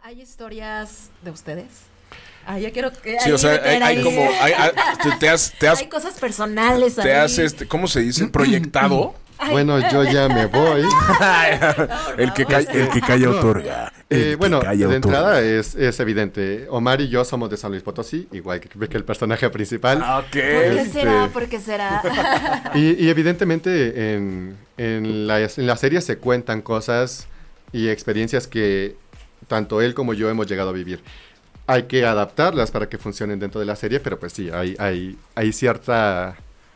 ¿Hay historias de ustedes? Yo quiero que sí, o sea, hay como hay cosas personales te has ¿cómo se dice? Proyectado. Bueno, yo ya me voy. El que calla otorga. Bueno, de entrada es evidente. Omar y yo somos de San Luis Potosí, igual que el personaje principal. Okay. ¿Por qué será? Y evidentemente en la serie se cuentan cosas y experiencias que tanto él como yo hemos llegado a vivir. Hay que adaptarlas para que funcionen dentro de la serie, pero pues sí, hay cierta...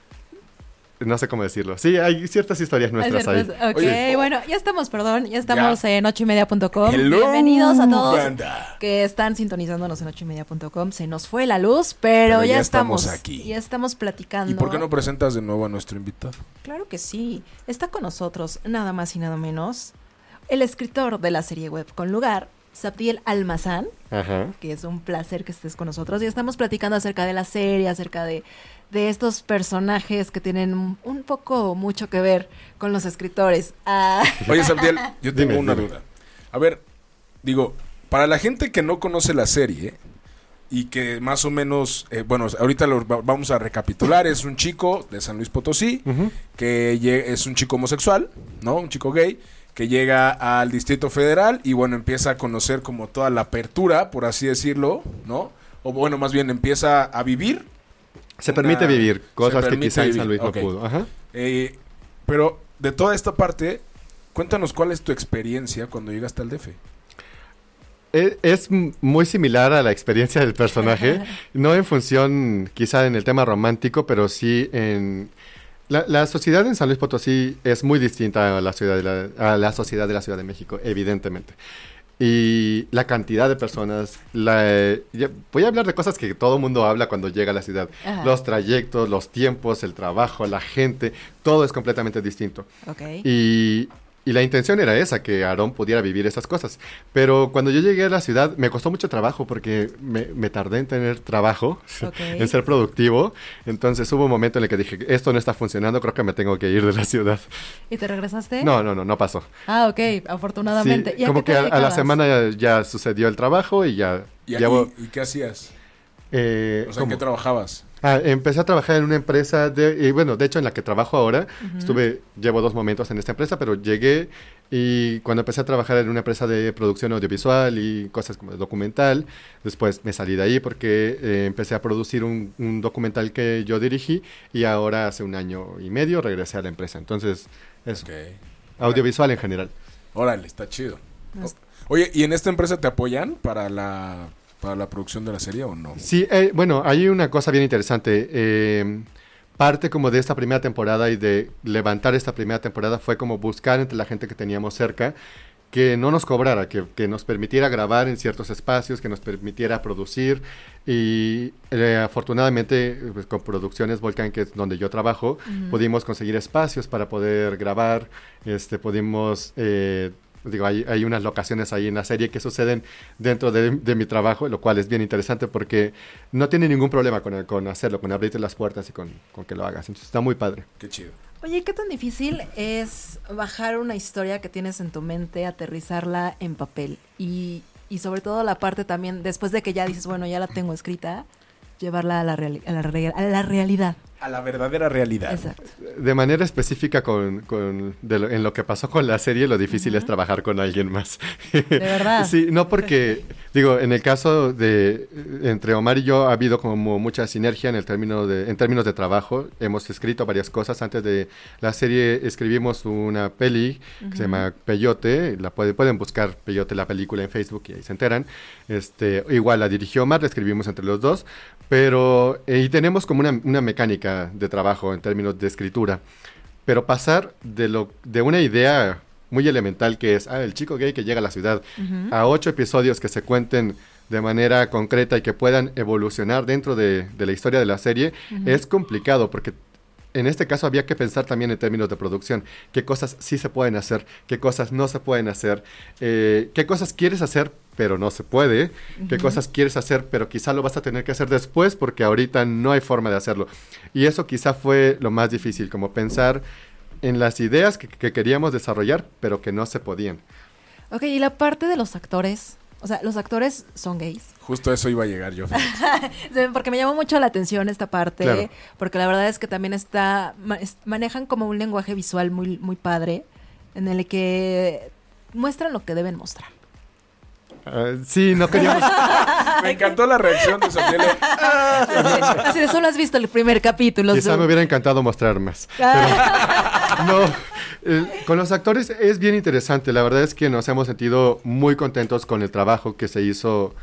No sé cómo decirlo. Sí, hay ciertas historias nuestras ahí. Ok, oye, bueno, ya estamos en 8ymedia.com. Bienvenidos a todos que están sintonizándonos en 8ymedia.com. Se nos fue la luz, pero ya estamos aquí. Ya estamos platicando. ¿Y por qué no presentas de nuevo a nuestro invitado? Claro que sí. Está con nosotros, nada más y nada menos, el escritor de la serie web Con Lugar, Sabdiel Almazán. Ajá. Que es un placer que estés con nosotros. Y estamos platicando acerca de la serie, acerca de estos personajes que tienen un poco mucho que ver con los escritores. Oye, Sabdiel, yo tengo una duda. A ver, digo, para la gente que no conoce la serie y que más o menos, bueno, ahorita lo vamos a recapitular. Es un chico de San Luis Potosí, que es un chico homosexual, ¿no? Un chico gay, que llega al Distrito Federal y, bueno, empieza a conocer como toda la apertura, por así decirlo, ¿no? O, bueno, más bien empieza a vivir. Se permite vivir cosas que quizá en San Luis no pudo. Ajá. Pero de toda esta parte, cuéntanos cuál es tu experiencia cuando llegaste al DF. Es muy similar a la experiencia del personaje, no en función quizá en el tema romántico, pero sí en... La sociedad en San Luis Potosí es muy distinta a la sociedad de la Ciudad de México, evidentemente. Y la cantidad de personas, voy a hablar de cosas que todo el mundo habla cuando llega a la ciudad. Ajá. Los trayectos, los tiempos, el trabajo, la gente, todo es completamente distinto. Okay. Y la intención era esa, que Aarón pudiera vivir esas cosas. Pero cuando yo llegué a la ciudad, me costó mucho trabajo porque me tardé en tener trabajo, en ser productivo. Entonces hubo un momento en el que dije, esto no está funcionando, creo que me tengo que ir de la ciudad. ¿Y te regresaste? No pasó. Ok, afortunadamente. Sí, como que a la semana ya sucedió el trabajo y ya... ¿Y qué hacías? O sea, ¿en qué trabajabas? Empecé a trabajar en una empresa bueno, de hecho en la que trabajo ahora, llevo 2 momentos en esta empresa, pero llegué y cuando empecé a trabajar en una empresa de producción audiovisual y cosas como de documental, después me salí de ahí porque empecé a producir un documental que yo dirigí y ahora hace 1 año y medio regresé a la empresa. Entonces, eso. Okay. Audiovisual en general. Órale, está chido. Oye, ¿y en esta empresa te apoyan para la producción de la serie o no? Sí, bueno, hay una cosa bien interesante. Parte como de esta primera temporada y de levantar esta primera temporada fue como buscar entre la gente que teníamos cerca que no nos cobrara, que nos permitiera grabar en ciertos espacios, que nos permitiera producir y afortunadamente pues, con Producciones Volcán, que es donde yo trabajo, pudimos conseguir espacios para poder grabar, pudimos... hay unas locaciones ahí en la serie que suceden dentro de mi trabajo, lo cual es bien interesante porque no tiene ningún problema con hacerlo, con abrirte las puertas y con que lo hagas. Entonces está muy padre. Qué chido. Oye, ¿qué tan difícil es bajar una historia que tienes en tu mente, aterrizarla en papel? Y sobre todo la parte también, después de que ya dices, bueno, ya la tengo escrita, llevarla a la realidad. A la verdadera realidad. Exacto. De manera específica en lo que pasó con la serie, lo difícil es trabajar con alguien más. ¿De verdad? Sí, no porque, en el caso de entre Omar y yo ha habido como mucha sinergia en términos de trabajo. Hemos escrito varias cosas. Antes de la serie escribimos una peli que se llama Peyote. Pueden buscar Peyote, la película, en Facebook y ahí se enteran. Igual la dirigió Omar, la escribimos entre los dos. Pero, y tenemos como una mecánica de trabajo en términos de escritura, pero pasar de una idea muy elemental que es el chico gay que llega a la ciudad a 8 episodios que se cuenten de manera concreta y que puedan evolucionar dentro de la historia de la serie es complicado porque en este caso había que pensar también en términos de producción, qué cosas sí se pueden hacer, qué cosas no se pueden hacer, qué cosas quieres hacer pero no se puede, qué cosas quieres hacer pero quizá lo vas a tener que hacer después porque ahorita no hay forma de hacerlo. Y eso quizá fue lo más difícil, como pensar en las ideas que queríamos desarrollar pero que no se podían. Ok, y la parte de los actores, O sea, los actores son gays. Justo a eso iba a llegar yo. Porque me llamó mucho la atención esta parte, Claro. porque la verdad es que también manejan como un lenguaje visual muy, muy padre, en el que muestran lo que deben mostrar. Sí, no queríamos... Me encantó la reacción de Sofía. Así de solo has visto el primer capítulo. Quizá me hubiera encantado mostrar más. Pero, no, con los actores es bien interesante. La verdad es que nos hemos sentido muy contentos con el trabajo que se hizo,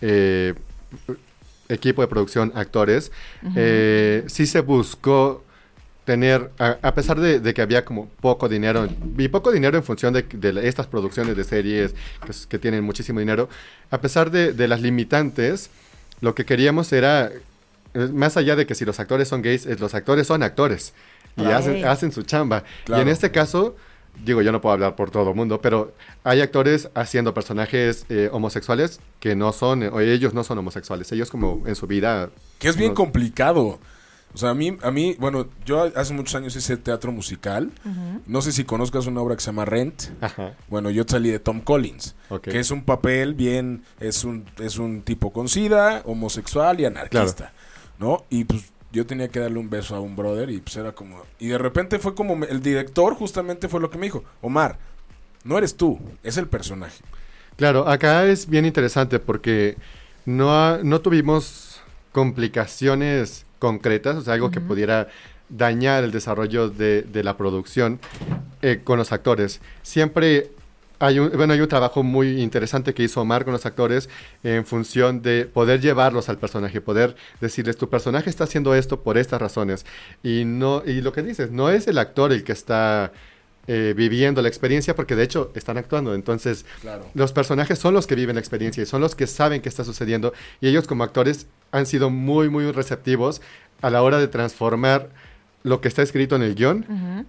equipo de producción, actores. Sí se buscó tener, a pesar de que había como poco dinero, y poco dinero en función de estas producciones de series que tienen muchísimo dinero, a pesar de las limitantes, lo que queríamos era, más allá de que si los actores son gays, los actores son actores y Claro. hacen su chamba. Claro. Y en este caso, digo, yo no puedo hablar por todo el mundo, pero hay actores haciendo personajes homosexuales que no son, o ellos no son homosexuales, ellos como en su vida... Que es bien no- complicado. O sea, a mí, bueno, yo hace muchos años hice teatro musical. No sé si conozcas una obra que se llama Rent. Ajá, Bueno, yo salí de Tom Collins, ok. que es un papel bien, es un tipo con sida, homosexual y anarquista, ¿no? Y pues yo tenía que darle un beso a un brother y pues era como... Y de repente fue como, el director justamente fue lo que me dijo, Omar, no eres tú, es el personaje. Claro, acá es bien interesante porque no tuvimos complicaciones concretas, o sea, algo que pudiera dañar el desarrollo de la producción con los actores. Siempre hay un trabajo muy interesante que hizo Omar con los actores en función de poder llevarlos al personaje, poder decirles, tu personaje está haciendo esto por estas razones. Y lo que dices, no es el actor el que está viviendo la experiencia, porque de hecho están actuando. Entonces, Claro. los personajes son los que viven la experiencia y son los que saben qué está sucediendo. Y ellos como actores han sido muy, muy receptivos a la hora de transformar lo que está escrito en el guión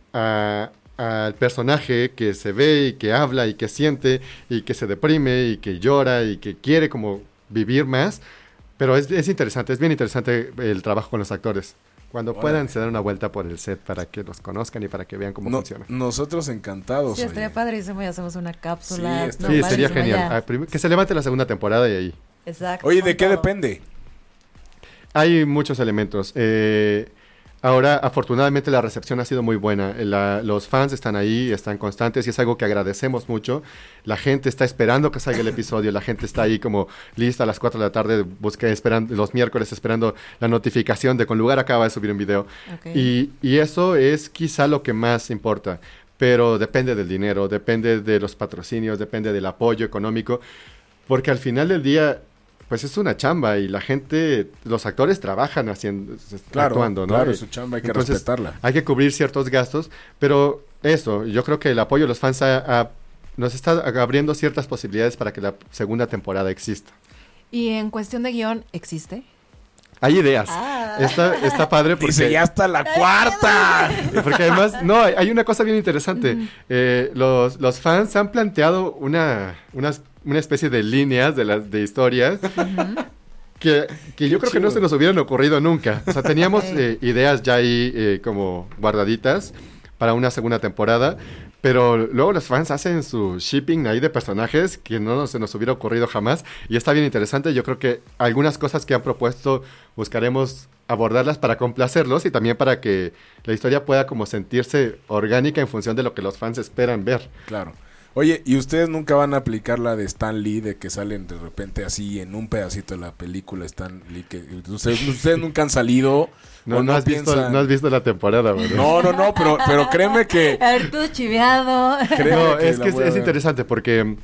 al personaje que se ve y que habla y que siente y que se deprime y que llora y que quiere como vivir más. Pero es interesante, es bien interesante el trabajo con los actores. Cuando Órale. puedan, se dan una vuelta por el set para que los conozcan y para que vean cómo funciona. Nosotros encantados. Sí, estaría oye. padrísimo y hacemos una cápsula. Sí, estaría- Sí, No, sería padrísimo, genial. ya. Que se levante la segunda temporada y ahí. Exacto. Oye, con ¿de qué todo. depende? Hay muchos elementos. Ahora, afortunadamente, la recepción ha sido muy buena. Los fans están ahí, están constantes y es algo que agradecemos mucho. La gente está esperando que salga el episodio. La gente está ahí como lista a las 4 de la tarde, esperando, los miércoles esperando la notificación de Con Lugar acaba de subir un video. Ok. Y eso es quizá lo que más importa. Pero depende del dinero, depende de los patrocinios, depende del apoyo económico. Porque al final del día, pues es una chamba y la gente, los actores trabajan actuando, ¿no? Claro, su chamba hay que Entonces, respetarla. hay que cubrir ciertos gastos, pero eso, yo creo que el apoyo de los fans nos está abriendo ciertas posibilidades para que la segunda temporada exista. Y en cuestión de guión, ¿existe? Hay ideas. Ah. Está padre porque... Dice, ya hasta la cuarta. Porque además, no, hay una cosa bien interesante. Los fans han planteado una especie de líneas de historias que yo creo que no se nos hubieran ocurrido nunca. O sea, teníamos ideas ya ahí como guardaditas para una segunda temporada, pero luego los fans hacen su shipping ahí de personajes que no se nos hubiera ocurrido jamás y está bien interesante. Yo creo que algunas cosas que han propuesto buscaremos abordarlas para complacerlos y también para que la historia pueda como sentirse orgánica en función de lo que los fans esperan ver. Claro. Oye, ¿y ustedes nunca van a aplicar la de Stan Lee, de que salen de repente así en un pedacito de la película Stan Lee? Que ustedes nunca han salido. No, o no has visto la temporada, ¿verdad? No, pero créeme que... A ver, tú chiveado. créeme No, es la que voy a es ver. interesante porque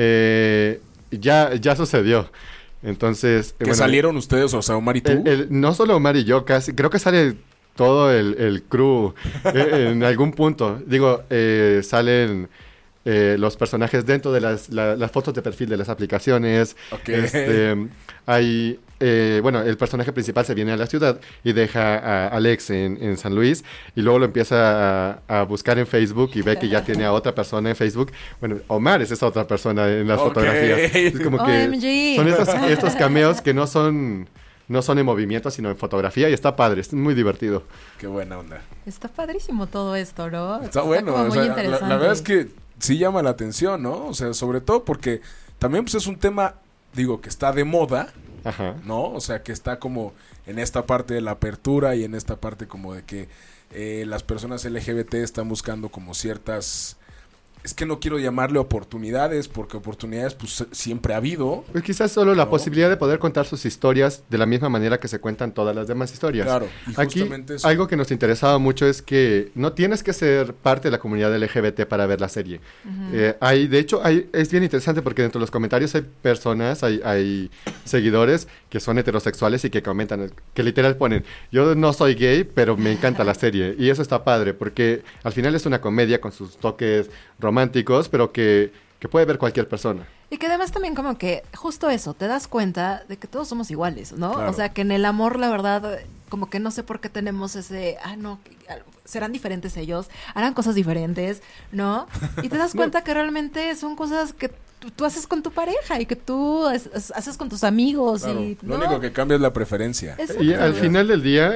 ya sucedió. Entonces, Que salieron ustedes, o sea, Omar y tú. no solo Omar y yo, creo que sale todo el crew en algún punto. Digo, salen los personajes dentro de las fotos de perfil de las aplicaciones. Ok. Hay, el personaje principal se viene a la ciudad y deja a Alex en San Luis y luego lo empieza a buscar en Facebook y ve que ya tiene a otra persona en Facebook. Bueno, Omar es esa otra persona en las Ok. fotografías. Es como que OMG. son estos cameos que no son en movimiento, sino en fotografía y está padre, es muy divertido. Qué buena onda. Está padrísimo todo esto, ¿no? Está bueno. como O muy sea, interesante. la verdad es que sí llama la atención, ¿no? O sea, sobre todo porque también pues es un tema digo, que está de moda, Ajá. ¿no? O sea, que está como en esta parte de la apertura y en esta parte como de que las personas LGBT están buscando como ciertas... Es que no quiero llamarle oportunidades, porque oportunidades pues siempre ha habido. Pues quizás solo la ¿no? posibilidad de poder contar sus historias de la misma manera que se cuentan todas las demás historias. Claro, y Aquí justamente eso. algo que nos interesaba mucho es que no tienes que ser parte de la comunidad LGBT para ver la serie. Es bien interesante porque dentro de los comentarios hay personas, hay seguidores que son heterosexuales y que comentan, que literal ponen, yo no soy gay, pero me encanta la serie. Y eso está padre porque al final es una comedia con sus toques románticos, pero que puede ver cualquier persona. Y que además también como que justo eso, te das cuenta de que todos somos iguales, ¿no? Claro. O sea, que en el amor, la verdad, como que no sé por qué tenemos ese, no, serán diferentes ellos, harán cosas diferentes, ¿no? Y te das cuenta que realmente son cosas que tú haces con tu pareja y que tú haces con tus amigos. Claro, Y, lo ¿no? único que cambia es la preferencia. Exacto. Y al final del día,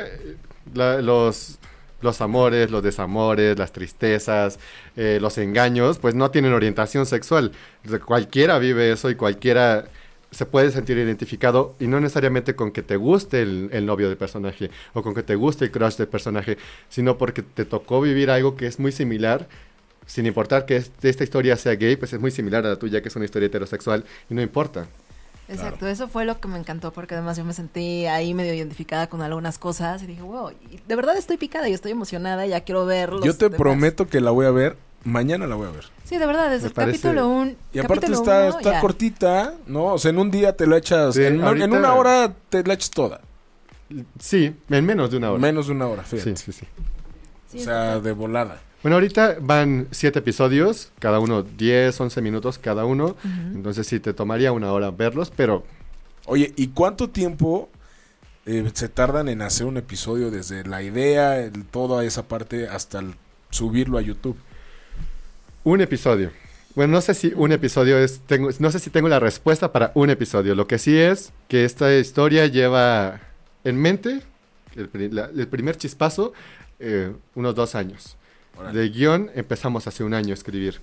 los amores, los desamores, las tristezas, los engaños, pues no tienen orientación sexual. O sea, cualquiera vive eso y cualquiera se puede sentir identificado, y no necesariamente con que te guste el novio del personaje o con que te guste el crush del personaje, sino porque te tocó vivir algo que es muy similar, sin importar que esta historia sea gay, pues es muy similar a la tuya, que es una historia heterosexual, y no importa. Exacto, Claro. eso fue lo que me encantó, porque además yo me sentí ahí medio identificada con algunas cosas y dije, wow, y de verdad estoy picada y estoy emocionada, ya quiero ver los Yo te demás. prometo que la voy a ver, mañana la voy a ver. Sí, de verdad, desde Me el parece- capítulo 1. Y aparte está cortita, ¿no? O sea, en un día te la echas, Sí, en ahorita- una hora te la echas toda. Sí, en menos de una hora. Menos de una hora, fíjate. Sí, sí, sí. Sí, O sea, de volada. Bueno, ahorita van 7 episodios, cada uno 10, 11 minutos cada uno. Entonces sí, te tomaría una hora verlos, pero Oye, ¿y cuánto tiempo se tardan en hacer un episodio desde la idea, toda esa parte, hasta subirlo a YouTube? un episodio. Bueno, no sé si un episodio no sé si tengo la respuesta para un episodio. Lo que sí es que esta historia lleva en mente el primer chispazo, unos 2 años. Órale. De guión empezamos hace un año a escribir.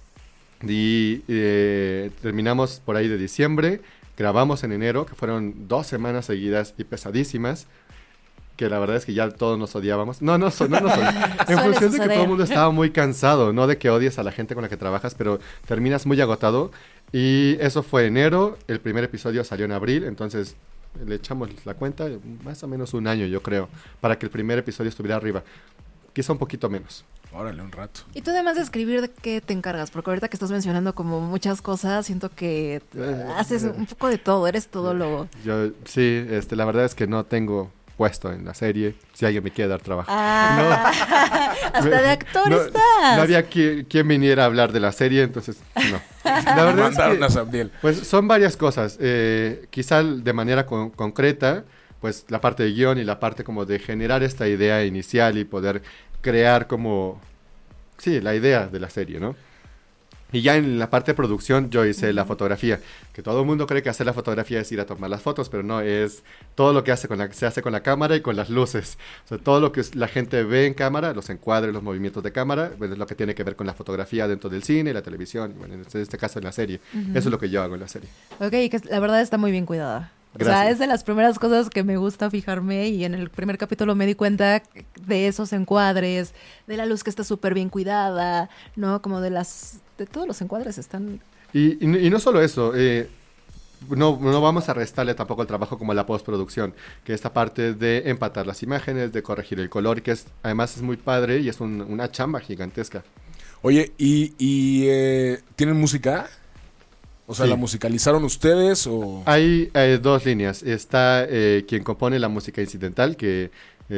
Y terminamos por ahí de diciembre. Grabamos en enero, que fueron 2 semanas seguidas y pesadísimas, que la verdad es que ya todos nos odiábamos. No nos odiábamos. En Suele función de que suceder. todo el mundo estaba muy cansado, no de que odies a la gente con la que trabajas, pero terminas muy agotado. Y eso fue enero, el primer episodio salió en abril, entonces le echamos la cuenta, más o menos un año yo creo, para que el primer episodio estuviera arriba. Quizá un poquito menos. Órale, un rato. Y tú además de escribir, ¿de qué te encargas? Porque ahorita que estás mencionando como muchas cosas, siento que haces un poco de todo, eres todólogo. Yo, sí, la verdad es que no tengo puesto en la serie, si alguien me quiere dar trabajo. Hasta de actor no, estás. No había quien viniera a hablar de la serie, entonces no. La verdad Mandaron a es que, Sabdiel. pues son varias cosas. Quizá de manera concreta, pues la parte de guión y la parte como de generar esta idea inicial y poder crear como, sí, la idea de la serie, ¿no? Y ya en la parte de producción yo hice la fotografía, que todo el mundo cree que hacer la fotografía es ir a tomar las fotos, pero no, es todo lo que se hace con la cámara y con las luces. O sea, todo lo que la gente ve en cámara, los encuadres, los movimientos de cámara, pues es lo que tiene que ver con la fotografía dentro del cine, la televisión, y bueno, en este caso en la serie. Eso es lo que yo hago en la serie. Ok, que la verdad está muy bien cuidada. O sea, Gracias. es de las primeras cosas que me gusta fijarme y en el primer capítulo me di cuenta de esos encuadres, de la luz que está súper bien cuidada, ¿no? Como de todos los encuadres están... Y no solo eso, no vamos a restarle tampoco el trabajo como la postproducción, que esta parte de empatar las imágenes, de corregir el color, que además es muy padre y es una chamba gigantesca. Oye, ¿y tienen música? O sea, Sí. ¿la musicalizaron ustedes o...? Hay 2 líneas. Está quien compone la música incidental, que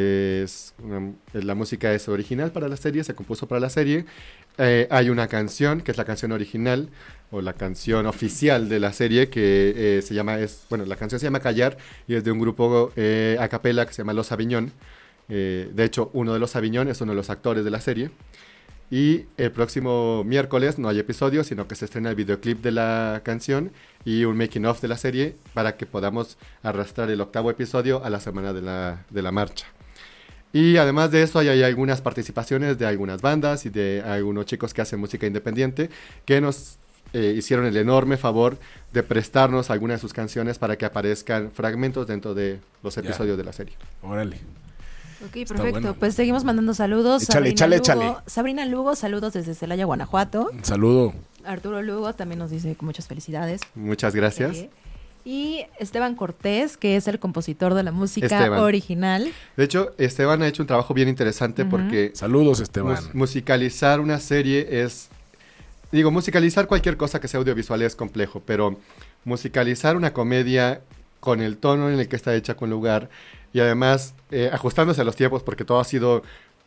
la música es original para la serie, se compuso para la serie. Hay una canción, que es la canción original, o la canción oficial de la serie, que la canción se llama Callar, y es de un grupo a capela que se llama Los Aviñón. De hecho, uno de los Aviñón es uno de los actores de la serie. Y el próximo miércoles no hay episodio, sino que se estrena el videoclip de la canción y un making of de la serie para que podamos arrastrar el 8º episodio a la semana de la marcha. Y además de eso hay algunas participaciones de algunas bandas y de algunos chicos que hacen música independiente que nos hicieron el enorme favor de prestarnos algunas de sus canciones para que aparezcan fragmentos dentro de los episodios de la serie. Órale. Ok, Está perfecto. bueno. Pues seguimos mandando saludos. Échale, échale. Sabrina Lugo, saludos desde Celaya, Guanajuato. Un saludo. Arturo Lugo también nos dice que muchas felicidades. Muchas gracias. Y Esteban Cortés, que es el compositor de la música Esteban. original. De hecho, Esteban ha hecho un trabajo bien interesante porque Saludos, Esteban. musicalizar una serie es... Digo, musicalizar cualquier cosa que sea audiovisual es complejo, pero musicalizar una comedia con el tono en el que está hecha, con lugar, y además ajustándose a los tiempos, porque todo ha sido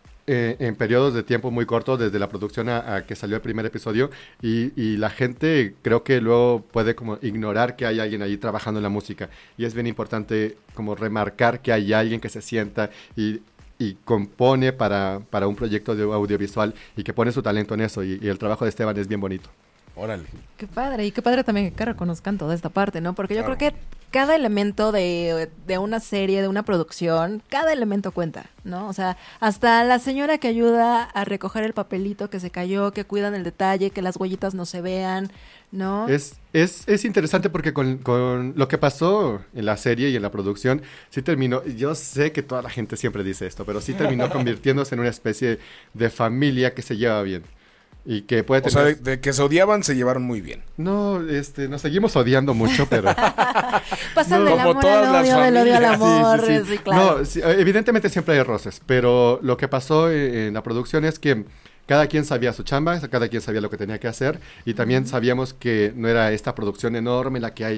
en periodos de tiempo muy cortos, desde la producción a que salió el primer episodio, y la gente creo que luego puede como ignorar que hay alguien ahí trabajando en la música, y es bien importante como remarcar que hay alguien que se sienta y compone para un proyecto de audiovisual y que pone su talento en eso, y el trabajo de Esteban es bien bonito. Órale. Qué padre, y qué padre también que reconozcan toda esta parte, ¿no? Porque yo Claro. creo que cada elemento de una serie, de una producción, cada elemento cuenta, ¿no? O sea, hasta la señora que ayuda a recoger el papelito que se cayó, que cuidan el detalle, que las huellitas no se vean, ¿no? Es interesante porque con lo que pasó en la serie y en la producción, sí terminó, yo sé que toda la gente siempre dice esto, pero sí terminó convirtiéndose en una especie de familia que se lleva bien. Y que puede O sea, tener... de que se odiaban, se llevaron muy bien. No, nos seguimos odiando mucho, pero... Pasan no, del como amor todas al las odio, del odio al familias. amor, Sí, sí, sí. sí, claro. No, sí, evidentemente siempre hay roces, pero lo que pasó en la producción es que cada quien sabía su chamba, cada quien sabía lo que tenía que hacer, y también sabíamos que no era esta producción enorme en la que hay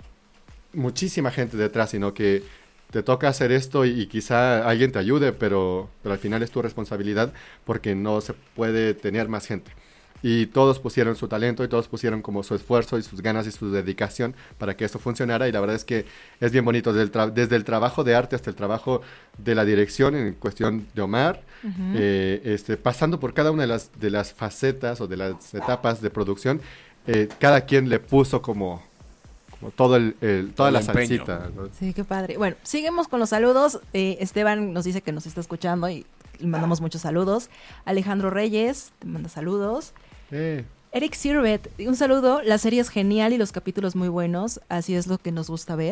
muchísima gente detrás, sino que te toca hacer esto y quizá alguien te ayude, pero al final es tu responsabilidad porque no se puede tener más gente. Y todos pusieron su talento y todos pusieron como su esfuerzo y sus ganas y su dedicación para que esto funcionara, y la verdad es que es bien bonito desde el trabajo de arte hasta el trabajo de la dirección en cuestión de Omar, pasando por cada una de las facetas o de las etapas de producción, cada quien le puso como toda la empeño. salsita, ¿no? Sí, qué padre. Bueno, seguimos con los saludos. Esteban nos dice que nos está escuchando y le mandamos muchos saludos. Alejandro Reyes te manda saludos. Eric Sirvet, un saludo. La serie es genial y los capítulos muy buenos. Así es lo que nos gusta ver.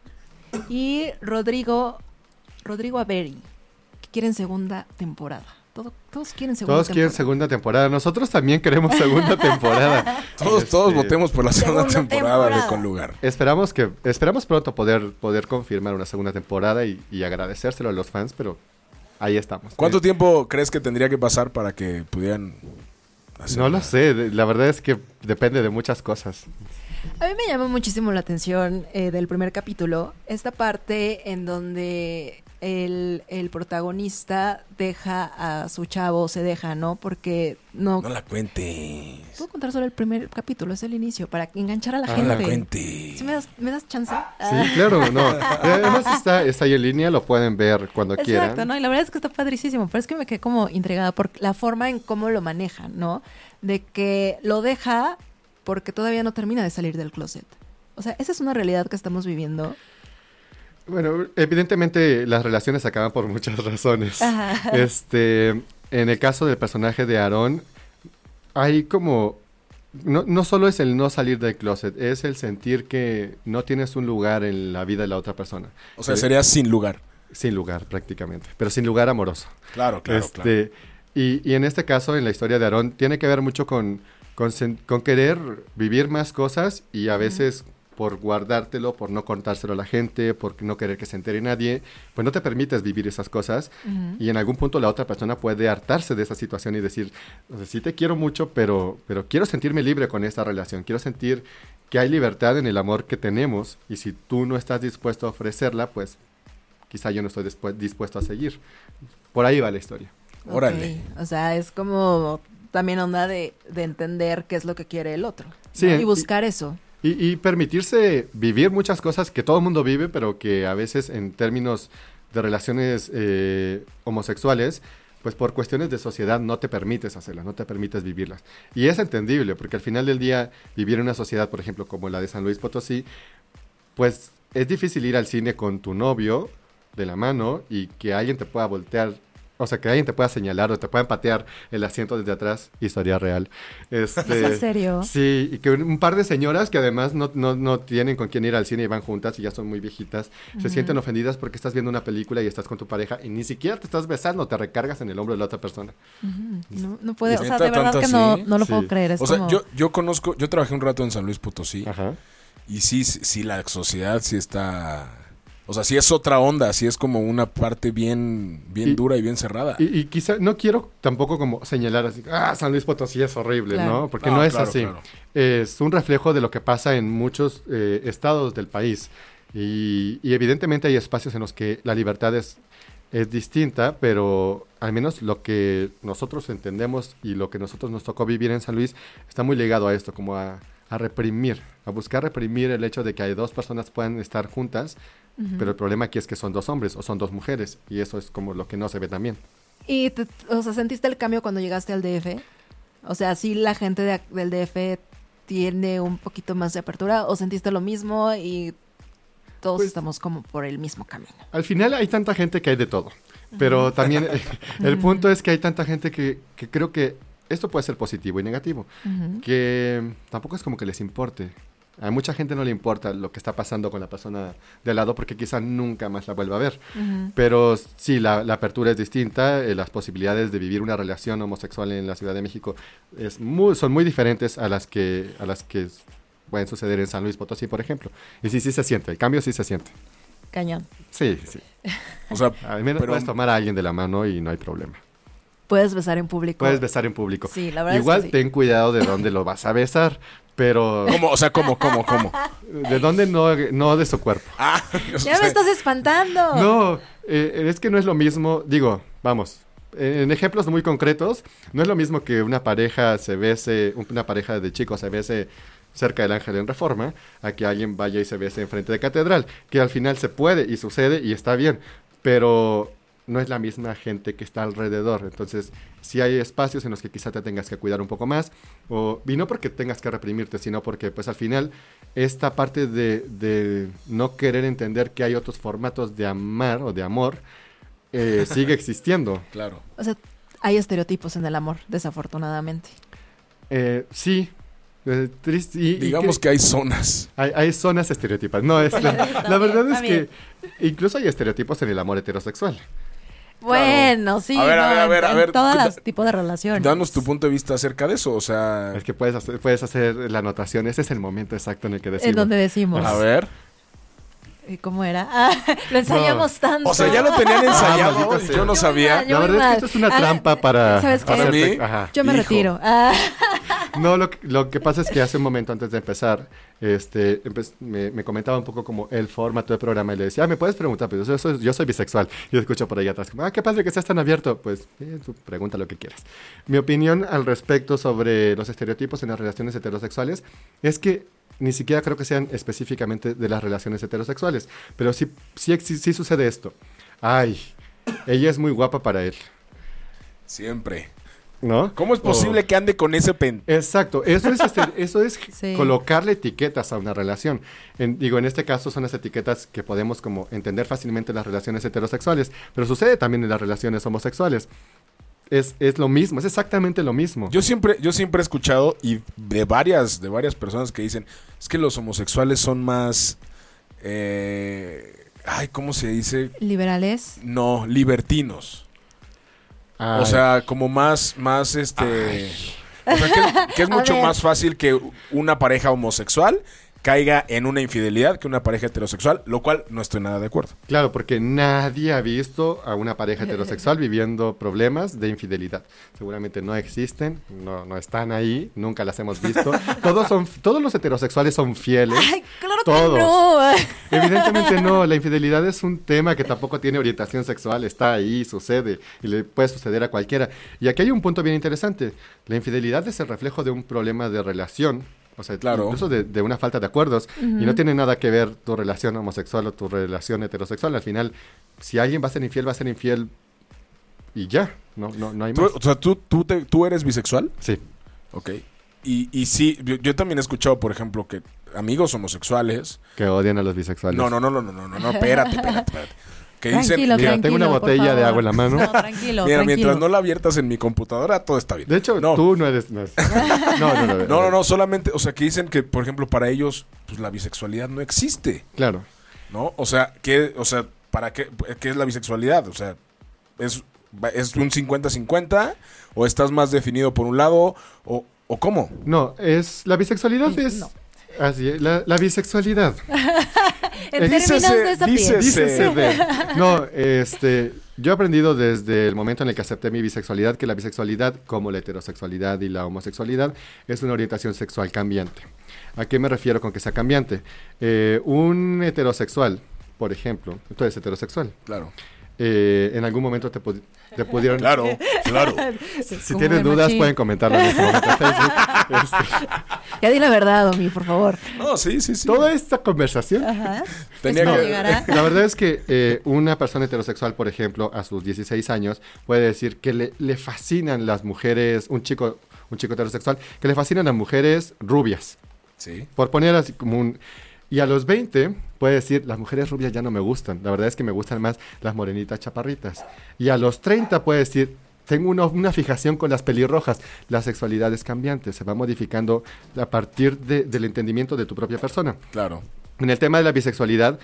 Y Rodrigo Averi, que quieren segunda temporada. Todos quieren segunda Todos temporada. quieren segunda temporada. Nosotros también queremos segunda temporada. Todos votemos por la segunda Segunda temporada de temporada. Con Lugar. Esperamos pronto poder confirmar una segunda temporada y agradecérselo a los fans, pero ahí estamos. ¿Cuánto tiempo crees que tendría que pasar para que pudieran hacer No lo una- sé, la verdad es que depende de muchas cosas. A mí me llamó muchísimo la atención del primer capítulo, esta parte en donde el protagonista deja a su chavo, se deja, ¿no? Porque no... No la cuentes. Puedo contar solo el primer capítulo, es el inicio, para enganchar a la No gente. la cuentes. ¿Sí me das chance? Sí, claro, no. Además está ahí en línea, lo pueden ver cuando Exacto, quieran. ¿no? Y la verdad es que está padrísimo, pero es que me quedé como intrigada por la forma en cómo lo manejan, ¿no? De que lo deja porque todavía no termina de salir del closet. O sea, esa es una realidad que estamos viviendo. Bueno, evidentemente las relaciones se acaban por muchas razones. Ajá. En el caso del personaje de Aarón, hay como... No solo es el no salir del closet, es el sentir que no tienes un lugar en la vida de la otra persona. O sea, sería sin lugar. Sin lugar, prácticamente. Pero sin lugar amoroso. Claro, claro. Y en este caso, en la historia de Aarón, tiene que ver mucho con querer vivir más cosas y a veces por guardártelo, por no contárselo a la gente, por no querer que se entere nadie, pues no te permites vivir esas cosas. Y en algún punto la otra persona puede hartarse de esa situación y decir, o sea, sí te quiero mucho, pero quiero sentirme libre con esta relación, quiero sentir que hay libertad en el amor que tenemos, y si tú no estás dispuesto a ofrecerla, pues quizá yo no estoy dispuesto a seguir. Por ahí va la historia. Órale. Ok, o sea, es como también onda de entender qué es lo que quiere el otro, ¿no? Sí, Y buscar eso. Y permitirse vivir muchas cosas que todo el mundo vive, pero que a veces en términos de relaciones homosexuales, pues por cuestiones de sociedad no te permites hacerlas, no te permites vivirlas. Y es entendible, porque al final del día vivir en una sociedad, por ejemplo, como la de San Luis Potosí, pues es difícil ir al cine con tu novio de la mano y que alguien te pueda voltear o sea, que alguien te pueda señalar o te puedan patear el asiento desde atrás, historia real. ¿Es en serio? Sí, y que un par de señoras que además no tienen con quién ir al cine y van juntas y ya son muy viejitas, se sienten ofendidas porque estás viendo una película y estás con tu pareja y ni siquiera te estás besando, te recargas en el hombro de la otra persona. No puede, o sea, de verdad que así? no lo puedo creer. Es O como... sea, yo trabajé un rato en San Luis Potosí. Ajá. Y sí, la sociedad sí está... O sea, sí es otra onda, sí es como una parte bien dura y bien cerrada. Y quizá no quiero tampoco como señalar así, San Luis Potosí es horrible, Claro. ¿no? Porque no es claro, así. claro. Es un reflejo de lo que pasa en muchos estados del país. Y evidentemente hay espacios en los que la libertad es distinta, pero al menos lo que nosotros entendemos y lo que nosotros nos tocó vivir en San Luis está muy ligado a esto, como a reprimir, a buscar reprimir el hecho de que hay dos personas puedan estar juntas, pero el problema aquí es que son dos hombres o son dos mujeres, y eso es como lo que no se ve también. ¿Y o sea, sentiste el cambio cuando llegaste al DF? O sea, ¿sí la gente del DF tiene un poquito más de apertura o sentiste lo mismo y todos estamos como por el mismo camino? Al final hay tanta gente que hay de todo, pero también el punto es que hay tanta gente que creo que esto puede ser positivo y negativo, que tampoco es como que les importe. A mucha gente no le importa lo que está pasando con la persona de al lado porque quizá nunca más la vuelva a ver. Pero sí, la apertura es distinta, las posibilidades de vivir una relación homosexual en la Ciudad de México son muy diferentes a las que pueden suceder en San Luis Potosí, por ejemplo. Y sí se siente, el cambio sí se siente. Cañón. Sí. O sea, Al menos puedes tomar a alguien de la mano y no hay problema. Puedes besar en público. Puedes besar en público. Sí, la verdad Igual es que sí. ten cuidado de dónde lo vas a besar, pero... ¿cómo? O sea, ¿cómo? ¿De dónde no de su cuerpo? Ya me estás espantando. No, es que no es lo mismo, digo, vamos, en ejemplos muy concretos, no es lo mismo que una pareja una pareja de chicos se bese cerca del Ángel en Reforma, a que alguien vaya y se bese enfrente de Catedral, que al final se puede y sucede y está bien, pero no es la misma gente que está alrededor. Entonces, sí hay espacios en los que quizá te tengas que cuidar un poco más, y no porque tengas que reprimirte, sino porque pues al final esta parte de no querer entender que hay otros formatos de amar o de amor sigue existiendo. Claro. O sea, hay estereotipos en el amor, desafortunadamente. Sí. Triste, Digamos que hay zonas. Hay zonas estereotipas. No, la verdad es que incluso hay estereotipos en el amor heterosexual. Bueno, sí, A ver, en todos los tipos de relaciones. Danos tu punto de vista acerca de eso, o sea... Es que puedes hacer la anotación. Ese es el momento exacto en el que decimos. En donde decimos. A ver. ¿Cómo era? Lo ensayamos tanto. O sea, ya lo tenían ensayado, maldita sea. yo no sabía. Yo La muy verdad es mal. que esto es una trampa para... ¿sabes qué? ¿Para hacerte- mí? Ajá. Yo me Hijo. retiro. No, lo que pasa es que hace un momento antes de empezar, me comentaba un poco como el formato del programa y le decía, me puedes preguntar, pero yo soy bisexual. Y escucho por ahí atrás, como, qué padre que seas tan abierto. Pues, tú pregunta lo que quieras. Mi opinión al respecto sobre los estereotipos en las relaciones heterosexuales es que ni siquiera creo que sean específicamente de las relaciones heterosexuales, pero sí sucede esto. Ay, ella es muy guapa para él, Siempre. ¿no? ¿Cómo es posible que ande con ese Exacto, eso es Sí. colocarle etiquetas a una relación. En este caso son las etiquetas que podemos como entender fácilmente en las relaciones heterosexuales, pero sucede también en las relaciones homosexuales. Es lo mismo, es exactamente lo mismo. Yo siempre he escuchado y de varias personas que dicen, es que los homosexuales son más ¿cómo se dice? ¿Liberales? No, libertinos. Ay, O sea, como más o sea, que es A mucho ver. más fácil que una pareja homosexual caiga en una infidelidad que una pareja heterosexual, lo cual no estoy nada de acuerdo. claro, porque nadie ha visto a una pareja heterosexual viviendo problemas de infidelidad. Seguramente no existen, no están ahí, nunca las hemos visto. Todos los heterosexuales son fieles. Ay, claro Todos. que no. Evidentemente no, la infidelidad es un tema que tampoco tiene orientación sexual, está ahí, sucede, y le puede suceder a cualquiera. Y aquí hay un punto bien interesante, la infidelidad es el reflejo de un problema de relación, o sea, Claro. incluso de una falta de acuerdos, y no tiene nada que ver tu relación homosexual o tu relación heterosexual. Al final, si alguien va a ser infiel y ya, no hay más. O sea, ¿tú eres bisexual? Sí. Ok. Y sí, yo también he escuchado, por ejemplo, que amigos homosexuales... Que odian a los bisexuales. No, espérate. que dicen... Mira, tengo una botella de agua en la mano. No, tranquilo, Mira, tranquilo. mientras no la abiertas en mi computadora, todo está bien. De hecho, tú no eres... No, solamente, o sea, que dicen que, por ejemplo, para ellos, pues la bisexualidad no existe, Claro. ¿no? O sea, ¿para qué es la bisexualidad? O sea, ¿es un 50-50? ¿O estás más definido por un lado? ¿O cómo? No, la bisexualidad Sí, es... no. Así, la bisexualidad. En términos de esa piel. Dícese de... No, yo he aprendido desde el momento en el que acepté mi bisexualidad que la bisexualidad, como la heterosexualidad y la homosexualidad, es una orientación sexual cambiante. ¿A qué me refiero con que sea cambiante? Un heterosexual, por ejemplo, tú eres heterosexual. Claro. En algún momento te pudieron... Claro. Si Como tienen de dudas, machín. pueden comentarlo en este momento en Facebook. Ya di la verdad, Omi, por favor. No, sí. Toda esta conversación... Ajá. Tenía ¿Esto que- llegará? La verdad es que una persona heterosexual, por ejemplo, a sus 16 años, puede decir que le fascinan las mujeres, un chico heterosexual, que le fascinan las mujeres rubias. Sí. Por poner así como un... Y a los 20 puede decir, las mujeres rubias ya no me gustan. La verdad es que me gustan más las morenitas chaparritas. Y a los 30 puede decir, tengo una fijación con las pelirrojas. La sexualidad es cambiante, se va modificando a partir del entendimiento de tu propia persona. Claro. En el tema de la bisexualidad,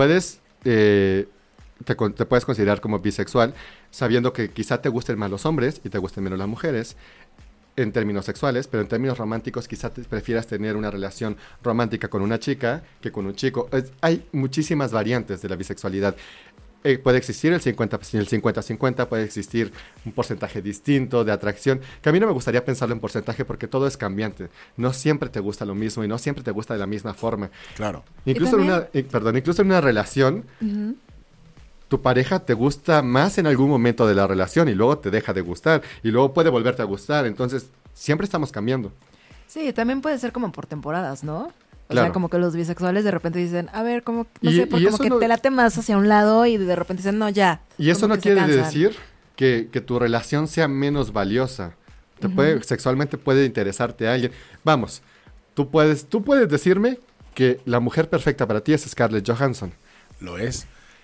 te puedes considerar como bisexual, sabiendo que quizá te gusten más los hombres y te gusten menos las mujeres, en términos sexuales, pero en términos románticos quizá prefieras tener una relación romántica con una chica que con un chico. Hay muchísimas variantes de la bisexualidad. Puede existir el 50-50, puede existir un porcentaje distinto de atracción, que a mí no me gustaría pensarlo en porcentaje porque todo es cambiante. No siempre te gusta lo mismo y no siempre te gusta de la misma forma. Claro. Incluso incluso en una relación, Ujú. tu pareja te gusta más en algún momento de la relación y luego te deja de gustar y luego puede volverte a gustar. Entonces, siempre estamos cambiando. Sí, también puede ser como por temporadas, ¿no? O Claro. sea, como que los bisexuales de repente dicen, a ver, como, no Y- sé, y como eso que no- te late más hacia un lado y de repente dicen, no, ya. Y eso Como no que se quiere cansan. decir que tu relación sea menos valiosa. Sexualmente puede interesarte a alguien. Vamos, tú puedes decirme que la mujer perfecta para ti es Scarlett Johansson. Lo es.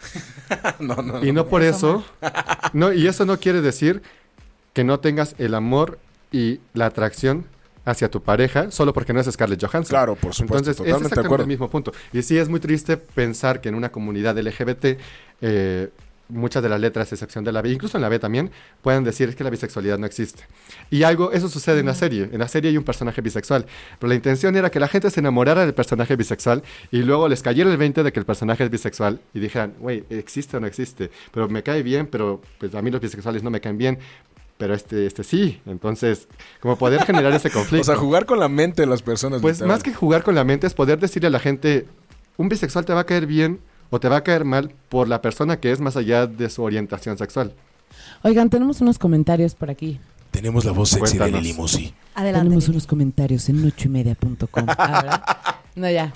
No. Y no por Eso eso, y eso no quiere decir que no tengas el amor y la atracción hacia tu pareja solo porque no es Scarlett Johansson. Claro, por supuesto. Entonces, es totalmente de exactamente acuerdo. el mismo punto. Y sí es muy triste pensar que en una comunidad LGBT, muchas de las letras, excepción de la B, incluso en la B también, pueden decir es que la bisexualidad no existe. Y eso sucede en la serie. En la serie hay un personaje bisexual. Pero la intención era que la gente se enamorara del personaje bisexual y luego les cayera el 20 de que el personaje es bisexual y dijeran, güey, ¿existe o no existe? Pero me cae bien, pero pues a mí los bisexuales no me caen bien. Pero este sí. Entonces, como poder generar ese conflicto. O sea, jugar con la mente de las personas. Pues literal. más que jugar con la mente es poder decirle a la gente, un bisexual te va a caer bien o te va a caer mal por la persona que es más allá de su orientación sexual. Oigan, tenemos unos comentarios por aquí. Tenemos la voz sexy de Cuéntanos. Lili Musi. Adelante. Tenemos Lili. unos comentarios en 8ymedia.com. Ah, ¿verdad? No, ya.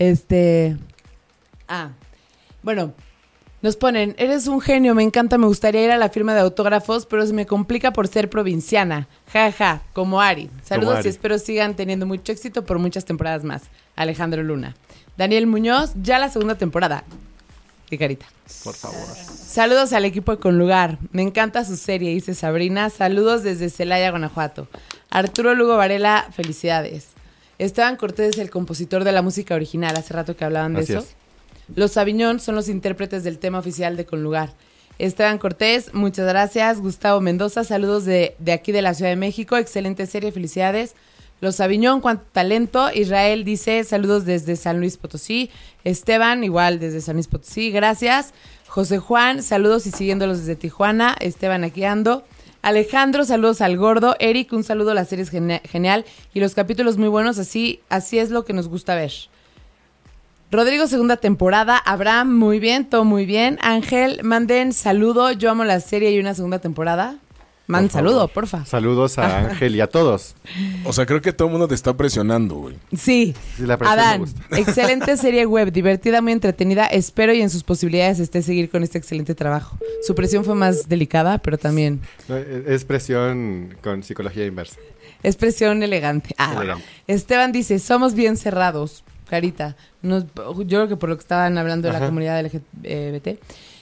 Bueno, nos ponen, eres un genio, me encanta, me gustaría ir a la firma de autógrafos, pero se me complica por ser provinciana. Ja, ja, como Ari. Saludos Ari. y espero sigan teniendo mucho éxito por muchas temporadas más. Alejandro Luna. Daniel Muñoz, ya la segunda temporada. Qué carita. Por favor. Saludos al equipo de Con Lugar. Me encanta su serie, dice Sabrina. Saludos desde Celaya, Guanajuato. Arturo Lugo Varela, felicidades. Esteban Cortés, el compositor de la música original. Hace rato que hablaban de Así eso. es. Los Aviñón son los intérpretes del tema oficial de Con Lugar. Esteban Cortés, muchas gracias. Gustavo Mendoza, saludos de aquí de la Ciudad de México. Excelente serie, felicidades. Los Aviñón, cuánto talento. Israel dice, saludos desde San Luis Potosí. Esteban, igual desde San Luis Potosí, gracias. José Juan, saludos y siguiéndolos desde Tijuana. Esteban, aquí ando. Alejandro, saludos al gordo. Eric, un saludo, la serie es genial. Y los capítulos muy buenos, así es lo que nos gusta ver. Rodrigo, segunda temporada. Abraham, muy bien, todo muy bien. Ángel, manden saludo. Yo amo la serie y una segunda temporada. Manden Por favor. saludo, porfa. Saludos a Ángel y a todos. O sea, creo que todo el mundo te está presionando, güey. Sí. Sí, la presión me Adán, gusta. excelente serie web, divertida, muy entretenida. Espero y en sus posibilidades esté seguir con este excelente trabajo. Su presión fue más delicada, pero también Es presión con psicología inversa. es presión elegante. Elegante. Esteban dice, somos bien cerrados. Carita. Yo creo que por lo que estaban hablando de la Ajá. comunidad LGBT.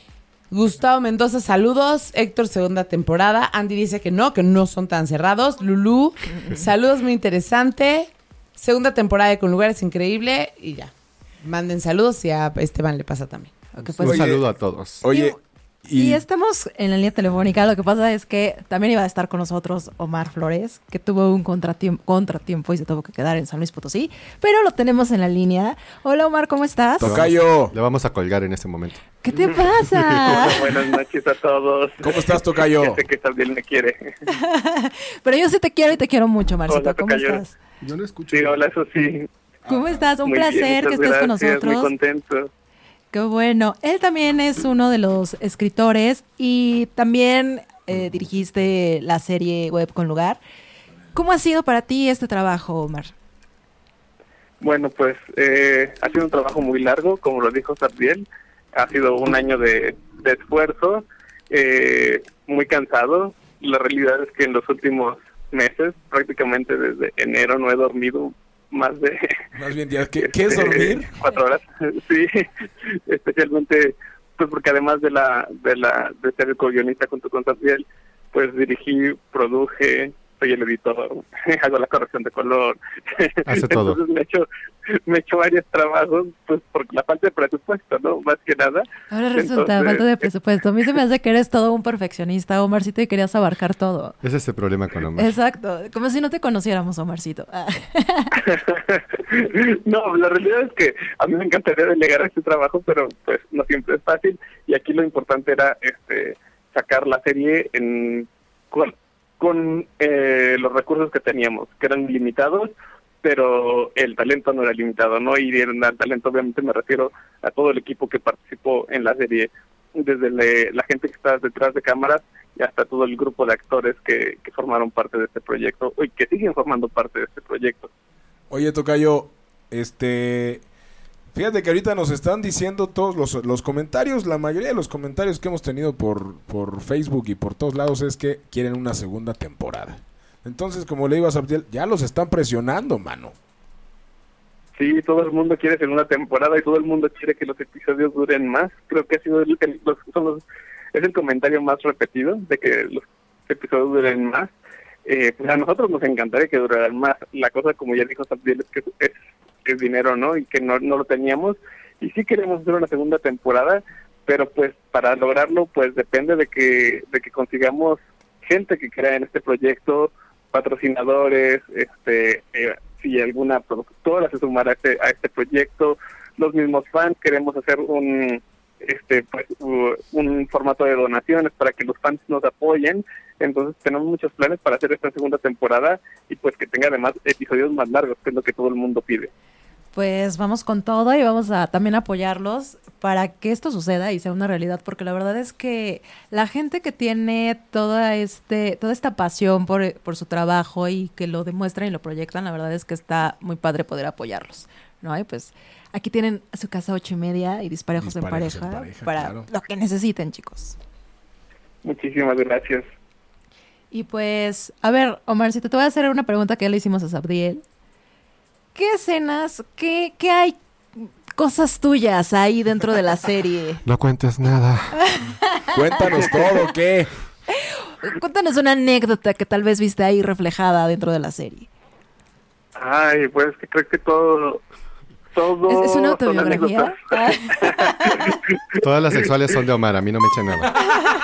Gustavo Mendoza, saludos. Héctor, segunda temporada. Andy dice que no son tan cerrados. Lulú, saludos, muy interesante. Segunda temporada de Con Lugar es increíble. Y ya, manden saludos y a Esteban le pasa también. Okay, pues, un saludo a todos. Oye, y estamos en la línea telefónica. Lo que pasa es que también iba a estar con nosotros Omar Flores, que tuvo un contratiempo y se tuvo que quedar en San Luis Potosí, pero lo tenemos en la línea. Hola Omar, ¿cómo estás? Tocayo. Le vamos a colgar en este momento. ¿Qué te pasa? Buenas noches a todos. ¿Cómo estás, Tocayo? Ya sé que también me quiere. Pero yo sí te quiero y te quiero mucho, Marcito. Hola, ¿Cómo Tocayo. estás? Yo no escucho. Sí, hola, eso sí. ¿Cómo estás? Un Muy bien, placer que muchas estés con gracias, nosotros. Muy contento. Qué bueno. Él también es uno de los escritores y también dirigiste la serie web Con Lugar. ¿Cómo ha sido para ti este trabajo, Omar? Bueno, pues ha sido un trabajo muy largo, como lo dijo Sabdiel. Ha sido un año de esfuerzo, muy cansado. La realidad es que en los últimos meses, prácticamente desde enero, no he dormido más bien días. ¿Qué es dormir? 4 horas. Sí, especialmente pues porque además de ser el co-guionista junto con Sabdiel, pues dirigí, produje, soy el editor, hago la corrección de color. Hace todo. Entonces me he hecho varios trabajos, pues por la falta de presupuesto, ¿no? Más que nada. Ahora resulta, Entonces, falta de presupuesto. A mí se me hace que eres todo un perfeccionista, Omarcito, y querías abarcar todo. Ese es el problema con Omar. Exacto, como si no te conociéramos, Omarcito. No, la realidad es que a mí me encantaría delegar este trabajo, pero pues no siempre es fácil. Y aquí lo importante era sacar la serie con los recursos que teníamos, que eran limitados, pero el talento no era limitado, ¿no? Y al talento obviamente me refiero a todo el equipo que participó en la serie, desde la gente que está detrás de cámaras y hasta todo el grupo de actores que formaron parte de este proyecto y que siguen formando parte de este proyecto. Oye, Tocayo, fíjate que ahorita nos están diciendo todos los comentarios, la mayoría de los comentarios que hemos tenido por Facebook y por todos lados es que quieren una segunda temporada. Entonces, como le digo a Sabdiel, ya los están presionando, mano. Sí, todo el mundo quiere segunda temporada y todo el mundo quiere que los episodios duren más. Creo que ha sido es el comentario más repetido, de que los episodios duren más. Pues a nosotros nos encantaría que duraran más. La cosa, como ya dijo Sabdiel, es que es dinero, ¿no? Y que no lo teníamos. Y sí queremos hacer una segunda temporada, pero pues para lograrlo, pues depende de que consigamos gente que crea en este proyecto, patrocinadores, si alguna productora se sumara a este proyecto, los mismos fans. Queremos hacer un formato de donaciones para que los fans nos apoyen. Entonces tenemos muchos planes para hacer esta segunda temporada y pues que tenga además episodios más largos, que es lo que todo el mundo pide. Pues vamos con todo y vamos a también apoyarlos para que esto suceda y sea una realidad, porque la verdad es que la gente que tiene toda esta pasión por su trabajo y que lo demuestran y lo proyectan, la verdad es que está muy padre poder apoyarlos, ¿no? Y pues aquí tienen a su casa 8:30 y Disparejos en pareja para claro, lo que necesiten, chicos. Muchísimas gracias. Y pues, a ver, Omar, si te voy a hacer una pregunta que ya le hicimos a Sabdiel. ¿Qué escenas, qué hay cosas tuyas ahí dentro de la serie? No cuentes nada. Cuéntanos todo, ¿qué? Cuéntanos una anécdota que tal vez viste ahí reflejada dentro de la serie. Ay, pues que creo que todo ¿Es una autobiografía? Todas las sexuales son de Omar, a mí no me echen nada.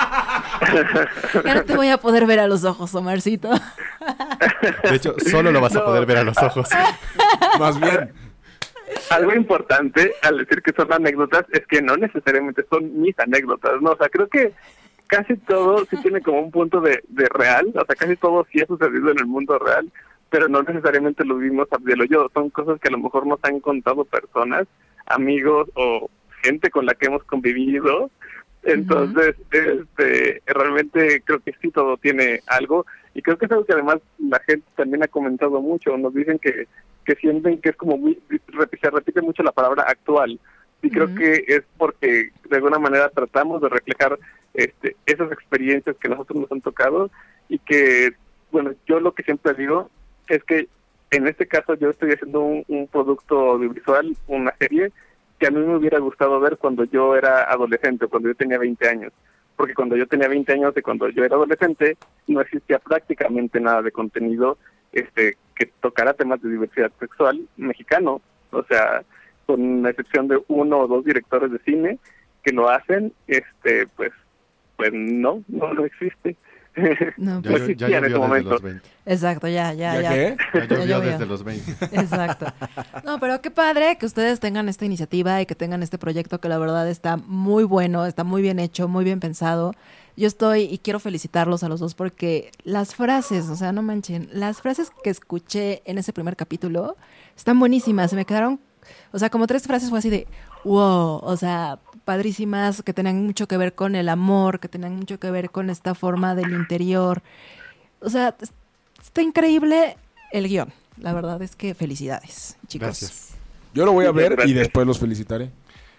Ya no te voy a poder ver a los ojos, Omarcito. De hecho, solo lo vas a poder ver a los ojos. Más bien. Algo importante al decir que son anécdotas es que no necesariamente son mis anécdotas, ¿no? O sea, creo que casi todo sí tiene como un punto de real, o sea, casi todo sí ha sucedido en el mundo real, pero no necesariamente lo vimos Sabdiel o yo. Son cosas que a lo mejor nos han contado personas, amigos o gente con la que hemos convivido. Entonces, realmente creo que sí todo tiene algo, y creo que es algo que además la gente también ha comentado mucho. Nos dicen que sienten que es como se repite mucho la palabra actual, y creo que es porque de alguna manera tratamos de reflejar esas experiencias que a nosotros nos han tocado, y que, bueno, yo lo que siempre digo es que en este caso yo estoy haciendo un producto audiovisual, una serie, que a mí me hubiera gustado ver cuando yo era adolescente, cuando yo tenía 20 años. Porque cuando yo tenía 20 años y cuando yo era adolescente, no existía prácticamente nada de contenido que tocara temas de diversidad sexual mexicano. O sea, con la excepción de 1 o 2 directores de cine que lo hacen, pues no existe. No, Ya, pues, existía ya en ese llovió desde momento. los 20. exacto, ya. qué? Ya llovió llovió. desde los 20. Exacto. No, pero qué padre que ustedes tengan esta iniciativa y que tengan este proyecto que la verdad está muy bueno, está muy bien hecho, muy bien pensado. Yo estoy y quiero felicitarlos a los dos porque las frases, o sea, no manchen, las frases que escuché en ese primer capítulo están buenísimas, se me quedaron, o sea, como 3 frases fue así de wow, o sea, padrísimas, que tenían mucho que ver con el amor, que tenían mucho que ver con esta forma del interior. O sea, está increíble el guión. La verdad es que felicidades, chicos. Gracias. Yo lo voy a ver y Gracias. después los felicitaré.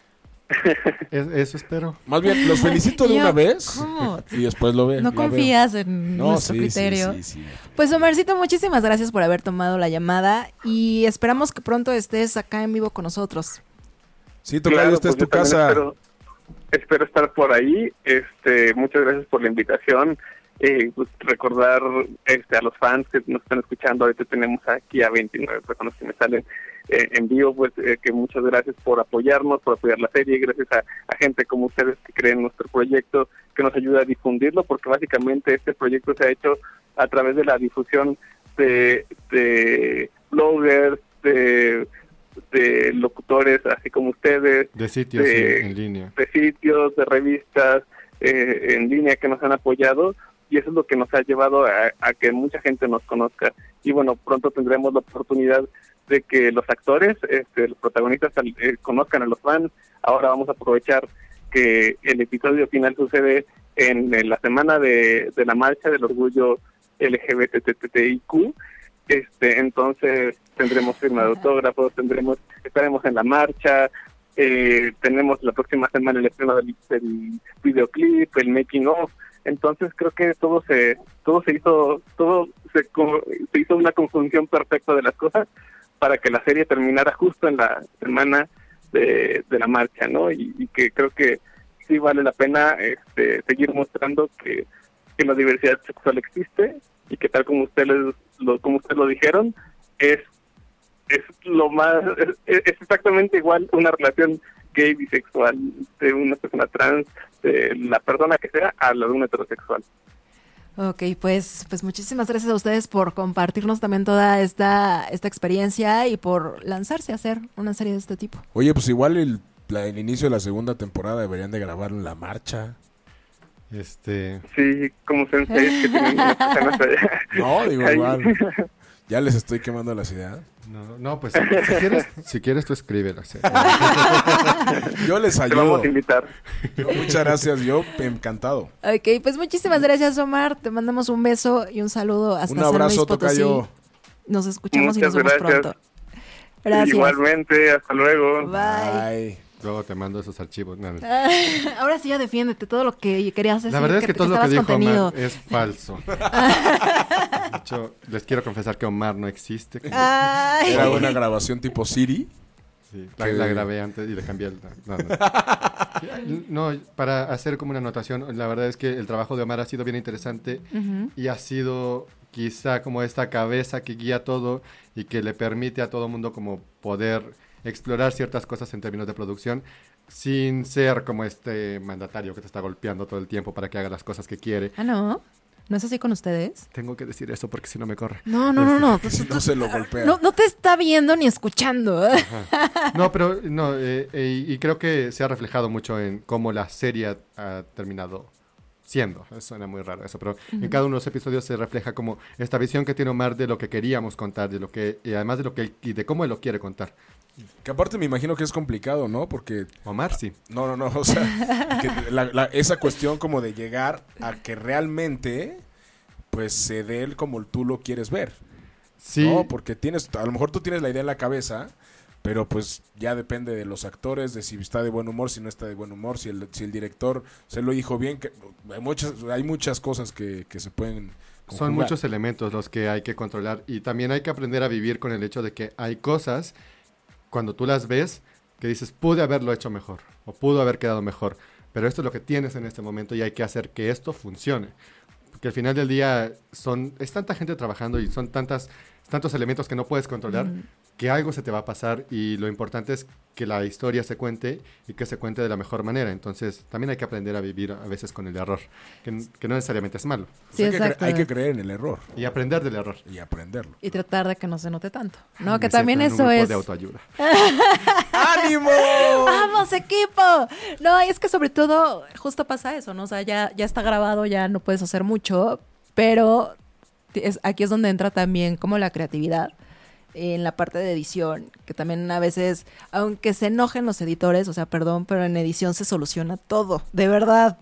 Eso espero. Más bien, los felicito de Yo, una vez ¿cómo? y después lo veo. ¿No confías en nuestro sí, criterio? Sí. Pues Omarcito, muchísimas gracias por haber tomado la llamada y esperamos que pronto estés acá en vivo con nosotros. Sí, Tocayo, esta es pues tu yo también casa. espero estar por ahí. Muchas gracias por la invitación. Pues recordar a los fans que nos están escuchando. Ahorita tenemos aquí a 29 personas que me salen en vivo, pues que muchas gracias por apoyarnos, por apoyar la serie, gracias a gente como ustedes que creen nuestro proyecto, que nos ayuda a difundirlo, porque básicamente este proyecto se ha hecho a través de la difusión de bloggers, de locutores así como ustedes, De sitios en línea. de sitios, de revistas en línea que nos han apoyado, y eso es lo que nos ha llevado a que mucha gente nos conozca. Y bueno, pronto tendremos la oportunidad de que los actores, los protagonistas conozcan a los fans. Ahora vamos a aprovechar que el episodio final sucede en la semana de la marcha del orgullo LGBTTIQ. Entonces tendremos firma de autógrafos, estaremos en la marcha, tenemos la próxima semana el estreno del videoclip, el making of. Entonces creo que todo se hizo una conjunción perfecta de las cosas para que la serie terminara justo en la semana de la marcha, ¿no? Y que creo que sí vale la pena seguir mostrando que la diversidad sexual existe y que tal como ustedes lo dijeron, es exactamente igual una relación gay, bisexual, de una persona trans, de la persona que sea, a la de un heterosexual. Ok, pues muchísimas gracias a ustedes por compartirnos también toda esta experiencia y por lanzarse a hacer una serie de este tipo. Oye, pues igual el inicio de la segunda temporada deberían de grabar en la marcha. Sí, como senséis que tienen unas personas allá. No, digo Ahí. igual. Ya les estoy quemando las ideas. No, pues si quieres tú escríbelo. Yo les Te ayudo. vamos a invitar. Muchas gracias, yo encantado. Ok, pues muchísimas gracias, Omar. Te mandamos un beso y un saludo hasta Un abrazo, San Luis Potosí. Tocayo. Nos escuchamos y Muchas nos vemos gracias. pronto. Gracias. Igualmente, hasta luego. Bye. Luego te mando esos archivos. No, no. Ahora sí ya defiéndete todo lo que querías decir. La verdad es que todo lo que estabas dijo contenido. Omar es falso. De hecho, les quiero confesar que Omar no existe. Ay. Era una grabación tipo Siri. Sí, la grabé antes y le cambié el... No, para hacer como una anotación, la verdad es que el trabajo de Omar ha sido bien interesante y ha sido quizá como esta cabeza que guía todo y que le permite a todo mundo como poder explorar ciertas cosas en términos de producción sin ser como este mandatario que te está golpeando todo el tiempo para que haga las cosas que quiere. Ah, ¿no? ¿No es así con ustedes? Tengo que decir eso porque si no me corre. No. Si no se lo golpea. No te está viendo ni escuchando. No, pero no, y creo que se ha reflejado mucho en cómo la serie ha terminado siendo. Suena muy raro eso, pero en cada uno de los episodios se refleja como esta visión que tiene Omar de lo que queríamos contar, de lo que, y además de lo que y de cómo él lo quiere contar. Que aparte me imagino que es complicado, ¿no? Porque... Omar sí. No, o sea, que esa cuestión como de llegar a que realmente pues se dé como tú lo quieres ver. Sí. No, porque a lo mejor tú tienes la idea en la cabeza, pero pues ya depende de los actores, de si está de buen humor, si no está de buen humor, si el director se lo dijo bien, que hay muchas cosas que se pueden conjugar. Son muchos elementos los que hay que controlar y también hay que aprender a vivir con el hecho de que hay cosas, cuando tú las ves, que dices, pude haberlo hecho mejor, o pudo haber quedado mejor, pero esto es lo que tienes en este momento y hay que hacer que esto funcione. Porque al final del día es tanta gente trabajando y son tantos elementos que no puedes controlar, que algo se te va a pasar y lo importante es que la historia se cuente y que se cuente de la mejor manera. Entonces también hay que aprender a vivir a veces con el error, que no necesariamente es malo. Sí, exacto. Hay que creer en el error. Y aprender del error. Y aprenderlo. Y tratar de que no se note tanto, ¿no? Me Que también siento en un eso grupo es... de autoayuda. ¡Ánimo! ¡Vamos, equipo! No, es que sobre todo justo pasa eso, ¿no? O sea, ya está grabado, ya no puedes hacer mucho, pero aquí es donde entra también como la creatividad en la parte de edición, que también a veces, aunque se enojen los editores, o sea, perdón, pero en edición se soluciona todo, de verdad.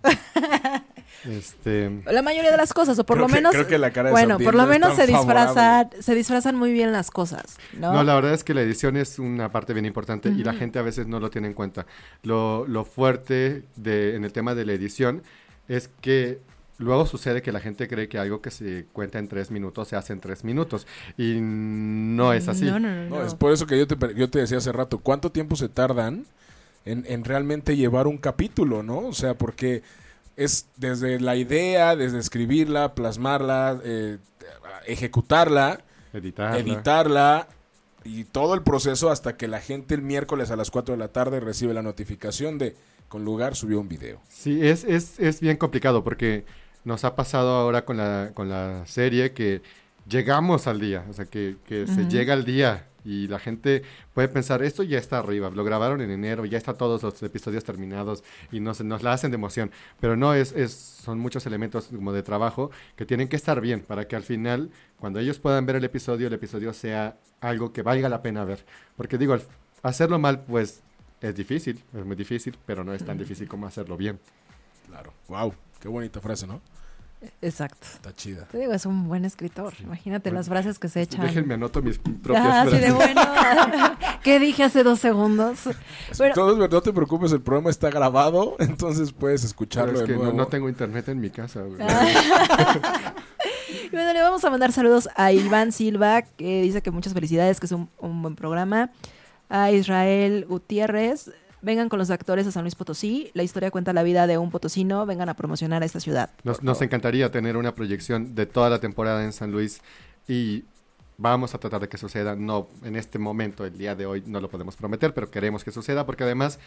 La mayoría de las cosas, o por lo menos, creo que la cara de bueno, por lo Santiago menos es tan se disfrazan muy bien las cosas, ¿no? No, la verdad es que la edición es una parte bien importante y la gente a veces no lo tiene en cuenta. Lo fuerte en el tema de la edición es que luego sucede que la gente cree que algo que se cuenta en 3 minutos se hace en 3 minutos y no es así. No, es por eso que yo te decía hace rato, ¿cuánto tiempo se tardan en realmente llevar un capítulo, no? O sea, porque es desde la idea, desde escribirla, plasmarla, ejecutarla, editarla y todo el proceso hasta que la gente el miércoles a las 4 de la tarde recibe la notificación de Con Lugar subió un video. Sí, es bien complicado porque nos ha pasado ahora con la serie que llegamos al día, o sea, que se llega al día y la gente puede pensar, esto ya está arriba, lo grabaron en enero, ya están todos los episodios terminados y nos la hacen de emoción, pero no, son muchos elementos como de trabajo que tienen que estar bien para que al final, cuando ellos puedan ver el episodio sea algo que valga la pena ver, porque digo, hacerlo mal pues es difícil, es muy difícil, pero no es tan difícil como hacerlo bien. Claro, wow, qué bonita frase, ¿no? Exacto. Está chida. Te digo, es un buen escritor. Imagínate las frases que se echan. Déjenme anoto mis propias frases. frases. Sí, de bueno. ¿Qué dije hace 2 segundos? Pero, no te preocupes, el programa está grabado, entonces puedes escucharlo pero es de que nuevo. no tengo internet en mi casa. Y bueno, le vamos a mandar saludos a Iván Silva, que dice que muchas felicidades, que es un buen programa. A Israel Gutiérrez. Vengan con los actores a San Luis Potosí. La historia cuenta la vida de un potosino. Vengan a promocionar a esta ciudad. Nos encantaría tener una proyección de toda la temporada en San Luis y vamos a tratar de que suceda. No, en este momento, el día de hoy, no lo podemos prometer, pero queremos que suceda porque además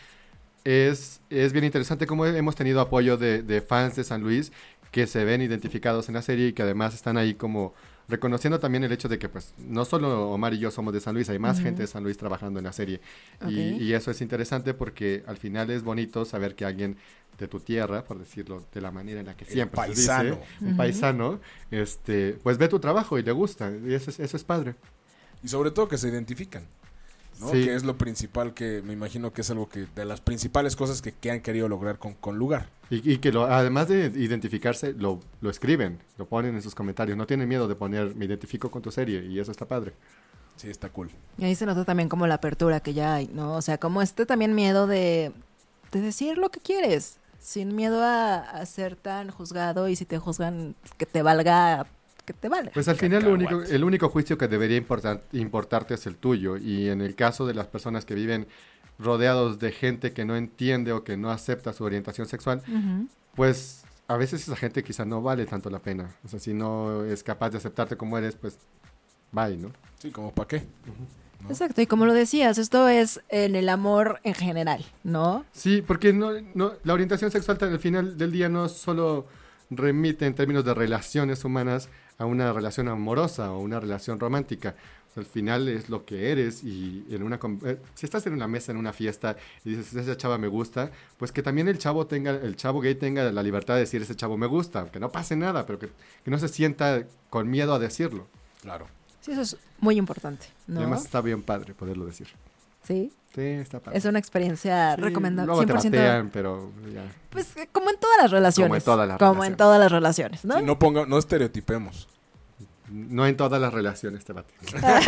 es bien interesante cómo hemos tenido apoyo de fans de San Luis que se ven identificados en la serie y que además están ahí como reconociendo también el hecho de que pues no solo Omar y yo somos de San Luis, hay más gente de San Luis trabajando en la serie. Okay. Y eso es interesante porque al final es bonito saber que alguien de tu tierra, por decirlo de la manera en la que siempre se dice, un paisano, pues ve tu trabajo y le gusta, y eso es padre. Y sobre todo que se identifican, ¿no? Sí. Que es lo principal, que me imagino que es algo que de las principales cosas que han querido lograr con Lugar. Y que además de identificarse, lo escriben, lo ponen en sus comentarios, no tienen miedo de poner, me identifico con tu serie, y eso está padre. Sí, está cool. Y ahí se nota también como la apertura que ya hay, ¿no? O sea, como también miedo de decir lo que quieres, sin miedo a ser tan juzgado, y si te juzgan, que te valga, que te valga. Pues al final el único juicio que debería importarte es el tuyo, y en el caso de las personas que viven rodeados de gente que no entiende o que no acepta su orientación sexual, pues a veces esa gente quizá no vale tanto la pena. O sea, si no es capaz de aceptarte como eres, pues bye, ¿no? Sí, como para qué. ¿No? Exacto, y como lo decías, esto es en el amor en general, ¿no? Sí, porque la orientación sexual al final del día no solo remite en términos de relaciones humanas a una relación amorosa o una relación romántica. O sea, al final es lo que eres y si estás en una mesa, en una fiesta y dices, esa chava me gusta, pues que también el chavo gay tenga la libertad de decir, ese chavo me gusta, que no pase nada, pero que no se sienta con miedo a decirlo. Claro. Sí, eso es muy importante, ¿no? Y además está bien padre poderlo decir. ¿Sí? Sí, está padre. Es una experiencia sí, recomendable. Luego 100%. te batean, pero ya. Pues como en todas las relaciones. Como en todas las relaciones, ¿no? Sí, no estereotipemos. No en todas las relaciones te baten.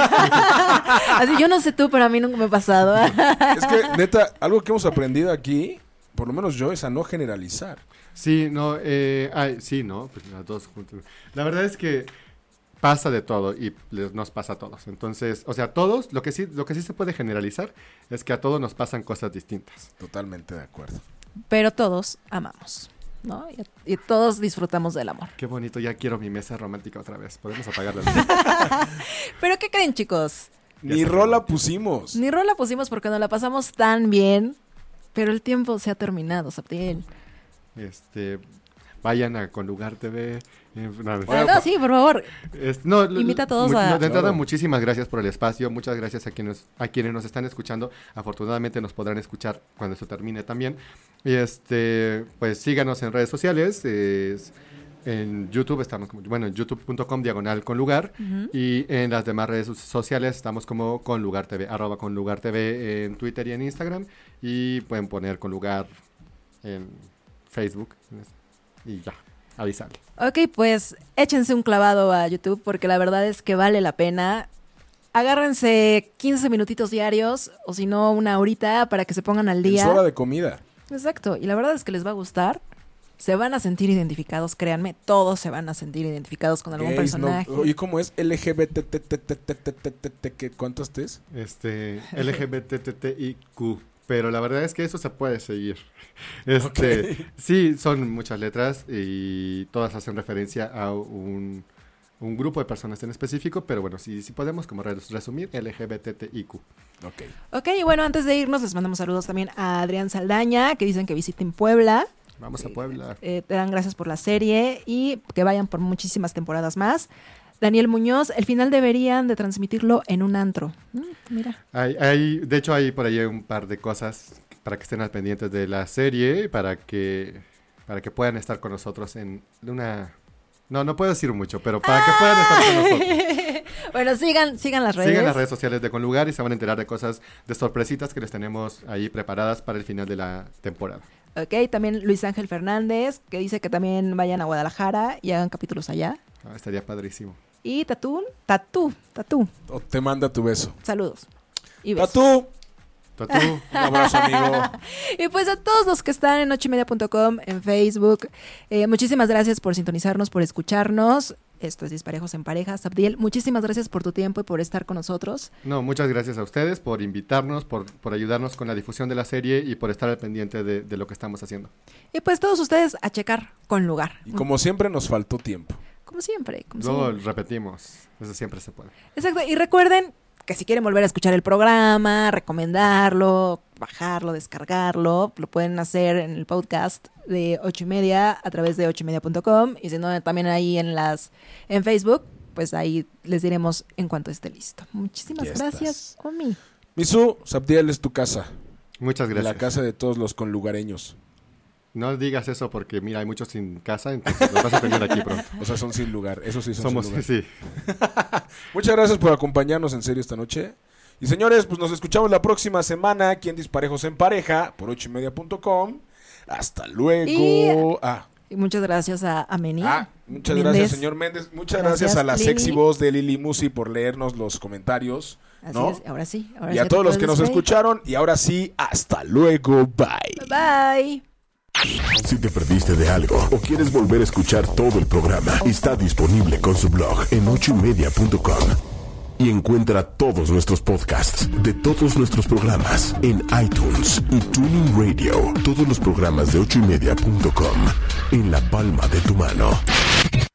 Así, yo no sé tú, pero a mí nunca me ha pasado. Es que, neta, algo que hemos aprendido aquí, por lo menos yo, es a no generalizar. Sí, no, sí, no, pues las dos juntas. La verdad es que pasa de todo y nos pasa a todos. Entonces, o sea, todos, lo que sí se puede generalizar es que a todos nos pasan cosas distintas. Totalmente de acuerdo. Pero todos amamos, ¿no? Y todos disfrutamos del amor. Qué bonito, ya quiero mi mesa romántica otra vez. Podemos apagar la luz. ¿Pero qué creen, chicos? Ni rola pusimos. Ni rola pusimos porque nos la pasamos tan bien, pero el tiempo se ha terminado, Sabdiel. Vayan a Con Lugar TV. Sí, por favor. Invita a todos a... De entrada, muchísimas gracias por el espacio. Muchas gracias a quienes nos están escuchando. Afortunadamente nos podrán escuchar cuando esto termine también. Y pues síganos en redes sociales. En YouTube estamos en youtube.com/conlugar. Y en las demás redes sociales estamos como Conlugar TV, @Conlugar TV en Twitter y en Instagram. Y pueden poner Conlugar en Facebook. Y ya, avisarle. Ok, pues échense un clavado a YouTube porque la verdad es que vale la pena. Agárrense 15 minutitos diarios o si no una horita para que se pongan al día. Es hora de comida. Exacto, y la verdad es que les va a gustar. Se van a sentir identificados, créanme, todos se van a sentir identificados con algún personaje. Oye, ¿cómo es? LGBT, ¿cuántos T's? LGBTTIQ. Pero la verdad es que eso se puede seguir. Okay. Sí, son muchas letras y todas hacen referencia a un grupo de personas en específico, pero bueno, si podemos como resumir, LGBTIQ. Ok, y bueno, antes de irnos les mandamos saludos también a Adrián Saldaña, que dicen que visiten Puebla. Vamos a Puebla. Te dan gracias por la serie y que vayan por muchísimas temporadas más. Daniel Muñoz, el final deberían de transmitirlo en un antro. Mira. De hecho, hay por ahí un par de cosas para que estén al pendientes de la serie, para que puedan estar con nosotros en una... No puedo decir mucho, pero para que puedan estar con nosotros. Bueno, sigan las redes. Sigan las redes sociales de Conlugar y se van a enterar de cosas, de sorpresitas que les tenemos ahí preparadas para el final de la temporada. Ok, también Luis Ángel Fernández, que dice que también vayan a Guadalajara y hagan capítulos allá. Estaría padrísimo. Y Tatú. Te manda tu beso. Saludos. Y besos. Tatú. Un abrazo, amigo. Y pues a todos los que están en 8ymedia.com, en Facebook, muchísimas gracias por sintonizarnos, por escucharnos. Esto es Disparejos en Pareja. Sabdiel, muchísimas gracias por tu tiempo y por estar con nosotros. No, muchas gracias a ustedes por invitarnos, por ayudarnos con la difusión de la serie y por estar al pendiente de lo que estamos haciendo. Y pues todos ustedes a checar Con Lugar. Y como siempre nos faltó tiempo. Como siempre. Luego repetimos, eso siempre se puede. Exacto, y recuerden que si quieren volver a escuchar el programa, recomendarlo, bajarlo, descargarlo, lo pueden hacer en el podcast de 8ymedia a través de 8ymedia.com y si no, también ahí en Facebook, pues ahí les diremos en cuanto esté listo. Muchísimas gracias, Omi. Misu, Sabdiel es tu casa. Muchas gracias. La casa de todos los conlugareños. No digas eso porque, mira, hay muchos sin casa, entonces los vas a tener aquí pronto. O sea, son sin lugar. Eso sí son sin lugar. Sí. Muchas gracias por acompañarnos en serio esta noche. Y señores, pues nos escuchamos la próxima semana aquí en Disparejos en Pareja por 8ymedia.com. Hasta luego. Y muchas gracias a Meni. Muchas gracias, señor Méndez. Muchas gracias a la Lili. sexy voz de Lili Musi por leernos los comentarios. Así ¿no? es, ahora sí. Y a todos los que nos escucharon. Y ahora sí, hasta luego. Bye. Bye. Si te perdiste de algo o quieres volver a escuchar todo el programa, está disponible con su blog en 8ymedia.com. Y encuentra todos nuestros podcasts de todos nuestros programas en iTunes y Tuning Radio. Todos los programas de 8ymedia.com en la palma de tu mano.